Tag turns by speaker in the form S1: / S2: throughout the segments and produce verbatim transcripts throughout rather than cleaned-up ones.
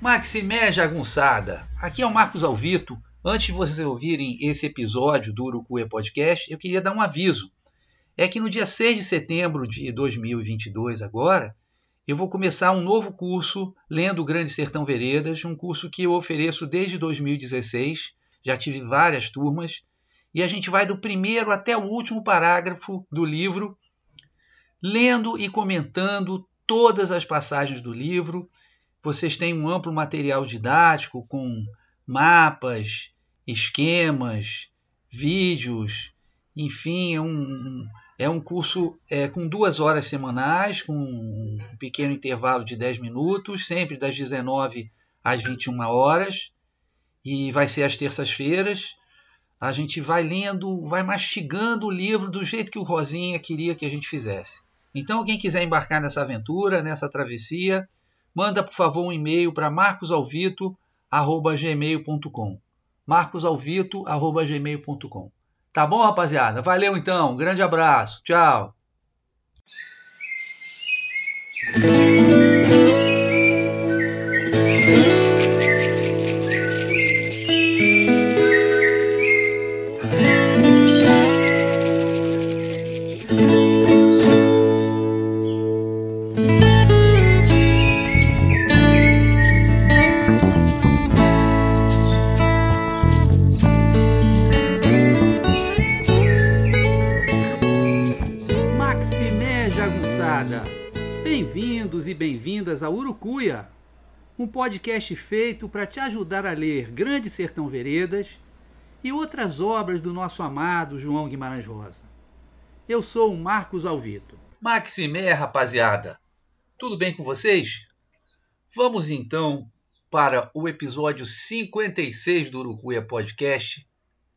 S1: Maximé Jagunçada, aqui é o Marcos Alvito. Antes de vocês ouvirem esse episódio do Urucuia Podcast, eu queria dar um aviso. É que no dia seis de setembro de dois mil e vinte e dois, agora, eu vou começar um novo curso lendo o Grande Sertão Veredas, um curso que eu ofereço desde dois mil e dezesseis, já tive várias turmas, e a gente vai do primeiro até o último parágrafo do livro, lendo e comentando todas as passagens do livro. Vocês têm um amplo material didático com mapas, esquemas, vídeos, enfim, é um, é um curso é, com duas horas semanais, com um pequeno intervalo de dez minutos, sempre das dezenove às vinte e uma horas, e vai ser às terças-feiras. A gente vai lendo, vai mastigando o livro do jeito que o Rosinha queria que a gente fizesse. Então, quem quiser embarcar nessa aventura, nessa travessia, manda, por favor, um e-mail para marcosalvito arroba gmail ponto com. marcosalvito arroba gmail ponto com. Tá bom, rapaziada? Valeu, então. Um grande abraço. Tchau. Bem-vindos e bem-vindas a Urucuia, um podcast feito para te ajudar a ler Grande Sertão Veredas e outras obras do nosso amado João Guimarães Rosa. Eu sou o Marcos Alvito. Maximé, rapaziada, tudo bem com vocês? Vamos então para o episódio cinquenta e seis do Urucuia Podcast,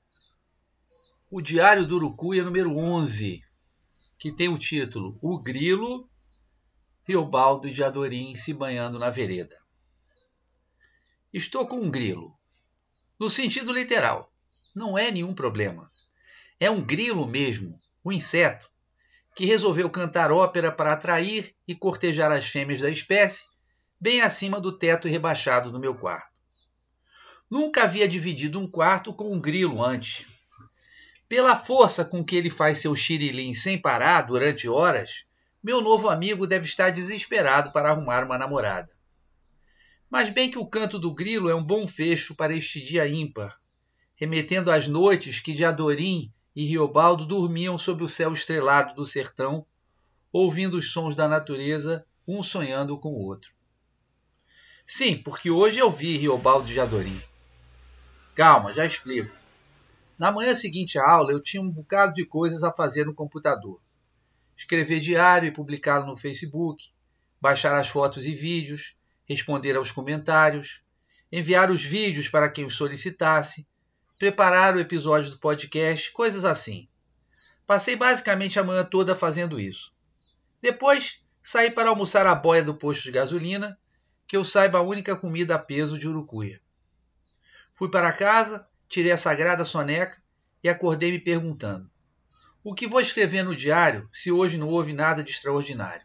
S1: o Diário do Urucuia número onze, que tem o título O Grilo, Riobaldo e Diadorim se banhando na vereda. Estou com um grilo. No sentido literal, não é nenhum problema. É um grilo mesmo, um inseto, que resolveu cantar ópera para atrair e cortejar as fêmeas da espécie, bem acima do teto rebaixado do meu quarto. Nunca havia dividido um quarto com um grilo antes. Pela força com que ele faz seu xirilim sem parar durante horas, meu novo amigo deve estar desesperado para arrumar uma namorada. Mas bem que o canto do grilo é um bom fecho para este dia ímpar, remetendo às noites que Diadorim e Riobaldo dormiam sob o céu estrelado do sertão, ouvindo os sons da natureza, um sonhando com o outro. Sim, porque hoje eu vi Riobaldo e Diadorim. Calma, já explico. Na manhã seguinte à aula, eu tinha um bocado de coisas a fazer no computador. Escrever diário e publicá-lo no Facebook, baixar as fotos e vídeos, responder aos comentários, enviar os vídeos para quem os solicitasse, preparar o episódio do podcast, coisas assim. Passei basicamente a manhã toda fazendo isso. Depois, saí para almoçar à boia do posto de gasolina, que eu saiba a única comida a peso de Urucuia. Fui para casa, tirei a sagrada soneca e acordei me perguntando: o que vou escrever no diário se hoje não houve nada de extraordinário?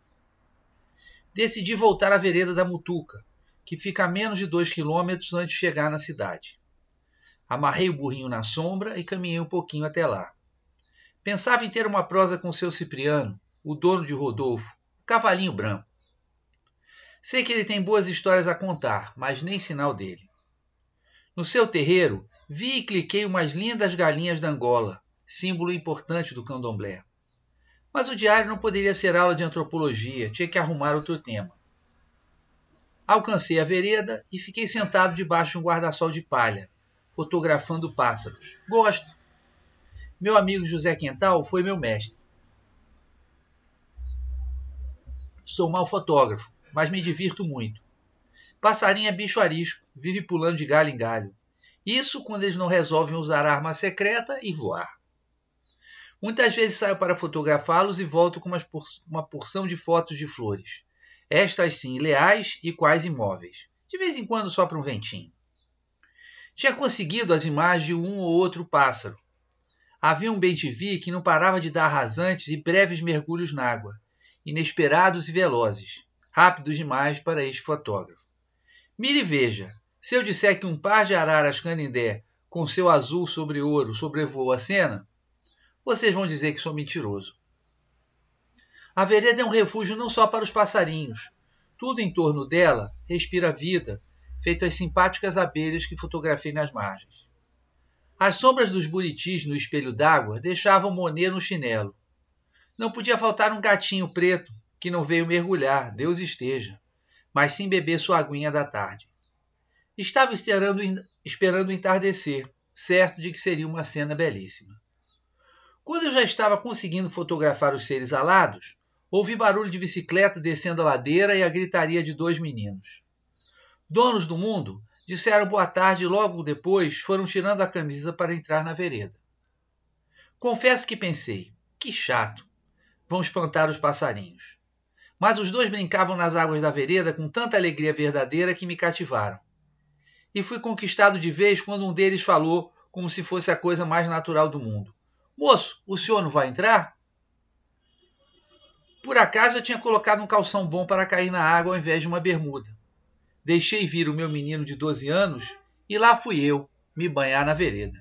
S1: Decidi voltar à vereda da Mutuca, que fica a menos de dois quilômetros antes de chegar na cidade. Amarrei o burrinho na sombra e caminhei um pouquinho até lá. Pensava em ter uma prosa com seu Cipriano, o dono de Rodolfo, o cavalinho branco. Sei que ele tem boas histórias a contar, mas nem sinal dele. No seu terreiro, vi e cliquei umas lindas galinhas da Angola, símbolo importante do candomblé. Mas o diário não poderia ser aula de antropologia, tinha que arrumar outro tema. Alcancei a vereda e fiquei sentado debaixo de um guarda-sol de palha, fotografando pássaros. Gosto. Meu amigo José Quental foi meu mestre. Sou mau fotógrafo, mas me divirto muito. Passarinho é bicho arisco, vive pulando de galho em galho. Isso quando eles não resolvem usar a arma secreta e voar. Muitas vezes saio para fotografá-los e volto com uma porção de fotos de flores. Estas sim, leais e quase imóveis. De vez em quando sopra um ventinho. Tinha conseguido as imagens de um ou outro pássaro. Havia um bem-te-vi que não parava de dar rasantes e breves mergulhos na água, inesperados e velozes, rápidos demais para este fotógrafo. Mire e veja, se eu disser que um par de araras canindé com seu azul sobre ouro sobrevoou a cena, vocês vão dizer que sou mentiroso. A vereda é um refúgio não só para os passarinhos. Tudo em torno dela respira vida, feito as simpáticas abelhas que fotografei nas margens. As sombras dos buritis no espelho d'água deixavam Monet no chinelo. Não podia faltar um gatinho preto, que não veio mergulhar, Deus esteja, mas sim beber sua aguinha da tarde. Estava esperando, esperando o entardecer, certo de que seria uma cena belíssima. Quando eu já estava conseguindo fotografar os seres alados, ouvi barulho de bicicleta descendo a ladeira e a gritaria de dois meninos. Donos do mundo disseram boa tarde e logo depois foram tirando a camisa para entrar na vereda. Confesso que pensei, que chato, vão espantar os passarinhos. Mas os dois brincavam nas águas da vereda com tanta alegria verdadeira que me cativaram. E fui conquistado de vez quando um deles falou como se fosse a coisa mais natural do mundo. Moço, o senhor não vai entrar? Por acaso eu tinha colocado um calção bom para cair na água ao invés de uma bermuda. Deixei vir o meu menino de doze anos e lá fui eu, me banhar na vereda.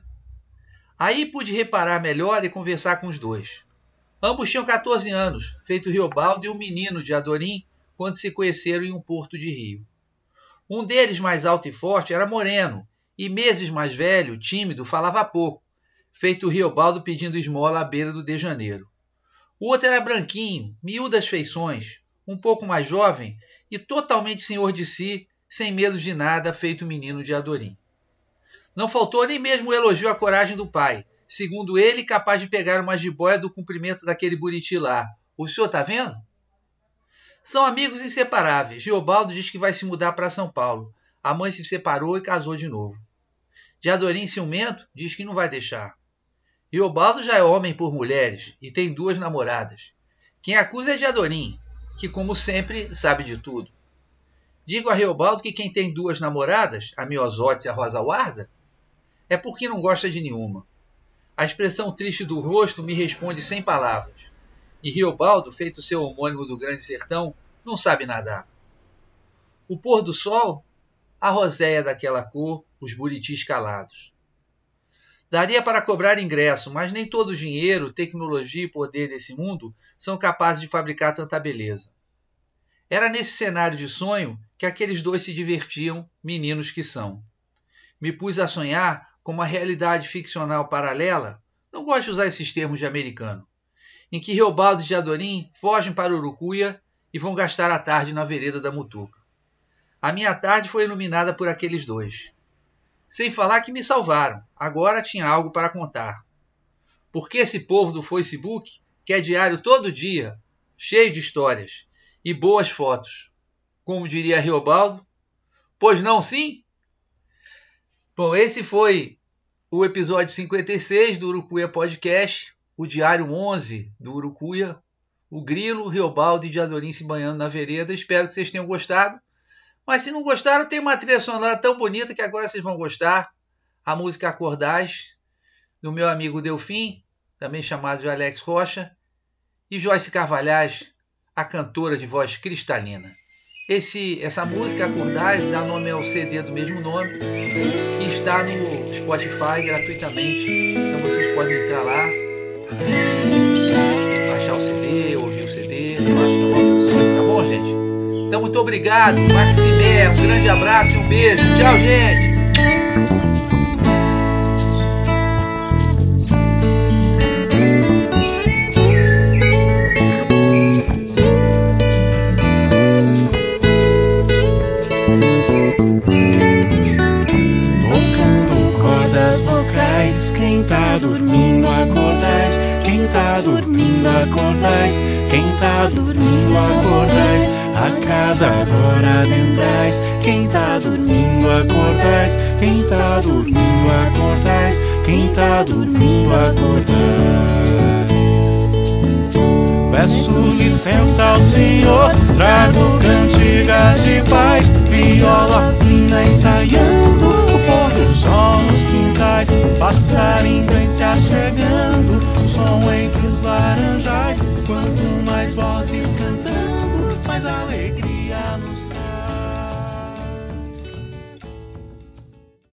S1: Aí pude reparar melhor e conversar com os dois. Ambos tinham quatorze anos, feito Riobaldo e um menino de Adorim, quando se conheceram em um porto de Rio. Um deles, mais alto e forte, era moreno, e meses mais velho, tímido, falava pouco, feito Riobaldo pedindo esmola à beira do de Janeiro. O outro era branquinho, miúdas feições, um pouco mais jovem e totalmente senhor de si, sem medo de nada, feito menino de Adorim. Não faltou nem mesmo o elogio à coragem do pai, segundo ele, capaz de pegar uma jiboia do comprimento daquele buriti lá. O senhor tá vendo? São amigos inseparáveis. Riobaldo diz que vai se mudar para São Paulo. A mãe se separou e casou de novo. De Adorim ciumento, diz que não vai deixar. Riobaldo já é homem por mulheres e tem duas namoradas. Quem acusa é de Adorim, que, como sempre, sabe de tudo. Digo a Riobaldo que quem tem duas namoradas, a Miosotes e a Rosa Guarda, é porque não gosta de nenhuma. A expressão triste do rosto me responde sem palavras. E Riobaldo, feito seu homônimo do Grande Sertão, não sabe nadar. O pôr do sol, a roséia daquela cor, os buritis calados. Daria para cobrar ingresso, mas nem todo o dinheiro, tecnologia e poder desse mundo são capazes de fabricar tanta beleza. Era nesse cenário de sonho que aqueles dois se divertiam, meninos que são. Me pus a sonhar com uma realidade ficcional paralela, não gosto de usar esses termos de americano, em que Riobaldo e de Adorim fogem para Urucuia e vão gastar a tarde na vereda da Mutuca. A minha tarde foi iluminada por aqueles dois. Sem falar que me salvaram, agora tinha algo para contar. Porque esse povo do Facebook quer diário todo dia, cheio de histórias e boas fotos. Como diria Riobaldo, pois não sim? Bom, esse foi o episódio cinquenta e seis do Urucuia Podcast, o diário onze do Urucuia, o Grilo, Riobaldo e de Adorim se banhando na vereda. Espero que vocês tenham gostado. Mas se não gostaram, tem uma trilha sonora tão bonita que agora vocês vão gostar. A música Acordais, do meu amigo Delfim, também chamado de Alex Rocha, e Joyce Carvalhais, a cantora de voz cristalina. Esse, essa música Acordais dá nome ao C D do mesmo nome, que está no Spotify gratuitamente. Então vocês podem entrar lá, baixar o C D, ouvir o C D. Eu acho que é uma boa coisa, tá bom, gente? Então, muito obrigado, Maximé, um grande abraço e um beijo. Tchau, gente!
S2: Tocando cordas vocais, quem tá dormindo acordais, quem tá dormindo acordais, quem tá dormindo acordais. A casa agora adentrais, quem tá dormindo acordais, quem tá dormindo acordais, quem tá dormindo acordais. Peço licença ao Senhor, trago cantigas de paz, viola